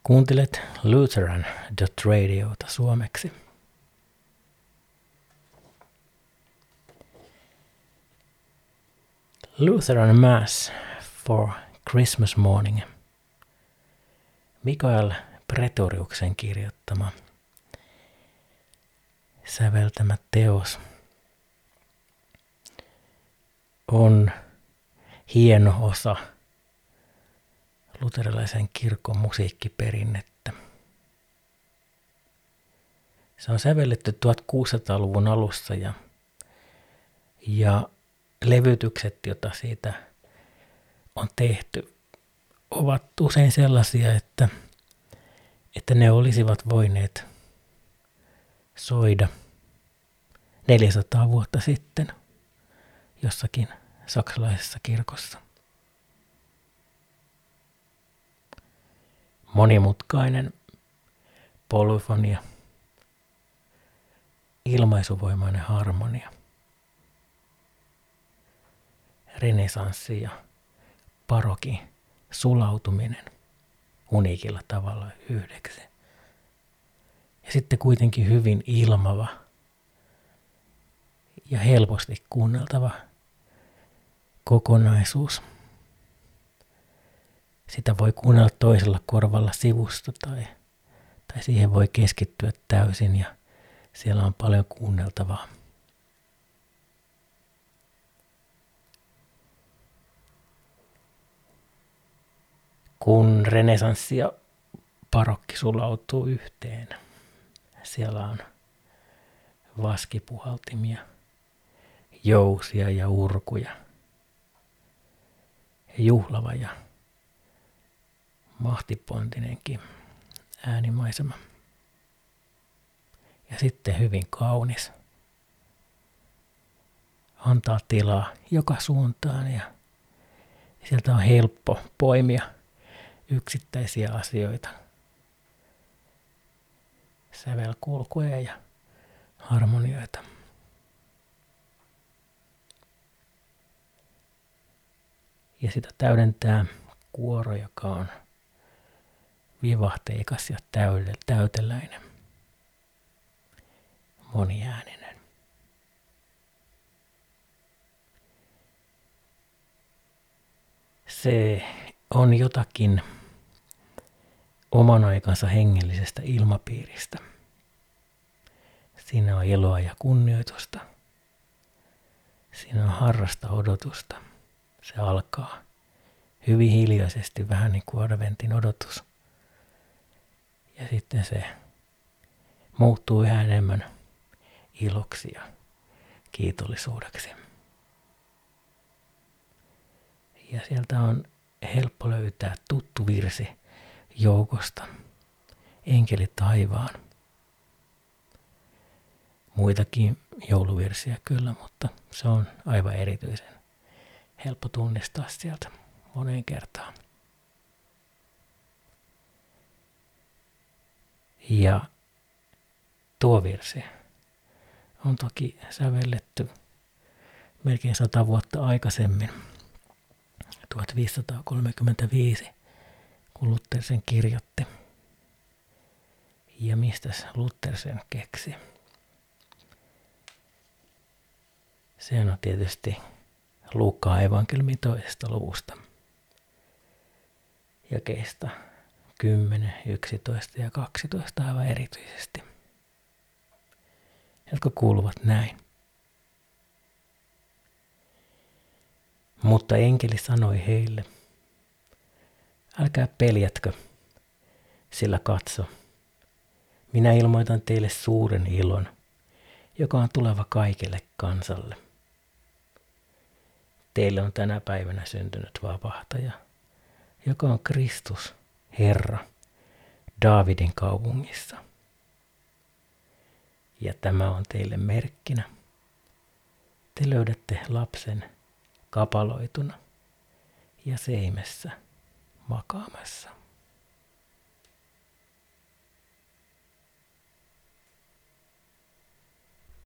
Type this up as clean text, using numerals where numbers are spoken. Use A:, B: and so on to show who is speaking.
A: Kuuntelet Lutheran.radiota suomeksi. Lutheran Mass for Christmas Morning. Mikael Pretoriuksen kirjoittama säveltämä teos on hieno osa luterilaisen kirkon musiikkiperinnettä. Se on sävelletty 1600-luvun alussa ja levytykset, joita siitä on tehty, ovat usein sellaisia, että ne olisivat voineet soida 400 vuotta sitten jossakin saksalaisessa kirkossa. Monimutkainen polyfonia, ilmaisuvoimainen harmonia, renesanssi ja barokin sulautuminen uniikilla tavalla yhdeksi. Ja sitten kuitenkin hyvin ilmava ja helposti kuunneltava kokonaisuus. Sitä voi kuunnella toisella korvalla sivusta tai siihen voi keskittyä täysin ja siellä on paljon kuunneltavaa. Kun renesanssi ja barokki sulautuu yhteen, siellä on vaskipuhaltimia, jousia ja urkuja, juhlava ja mahtipontinenkin äänimaisema. Ja sitten hyvin kaunis. Antaa tilaa joka suuntaan ja sieltä on helppo poimia yksittäisiä asioita, sävelkulkuja ja harmonioita. Ja sitä täydentää kuoro, joka on vivahteikas ja täyteläinen, moniääninen. Se on jotakin oman aikansa hengellisestä ilmapiiristä. Siinä on iloa ja kunnioitusta. Siinä on harrasta odotusta. Se alkaa hyvin hiljaisesti, vähän niin kuin adventin odotus. Ja sitten se muuttuu yhä enemmän iloksi ja kiitollisuudeksi. Ja sieltä on helppo löytää tuttu virsi joukosta, Enkeli taivaan. Muitakin jouluvirsiä kyllä, mutta se on aivan erityisen helppo tunnistaa sieltä moneen kertaan. Ja tuo virsi on toki sävelletty melkein 100 vuotta aikaisemmin, 1535, kun Luther sen kirjoitti. Ja mistäs Luther sen keksi? Se on tietysti Luukkaan evankeliumin 2. luvusta. Jakeista 10, 11 ja 12 aivan erityisesti, jotka kuuluvat näin. Mutta enkeli sanoi heille, älkää peljätkö, sillä katso, minä ilmoitan teille suuren ilon, joka on tuleva kaikelle kansalle. Teille on tänä päivänä syntynyt vapahtaja, joka on Kristus, Herra, Daavidin kaupungissa. Ja tämä on teille merkkinä. Te löydätte lapsen kapaloituna ja seimessä makaamassa.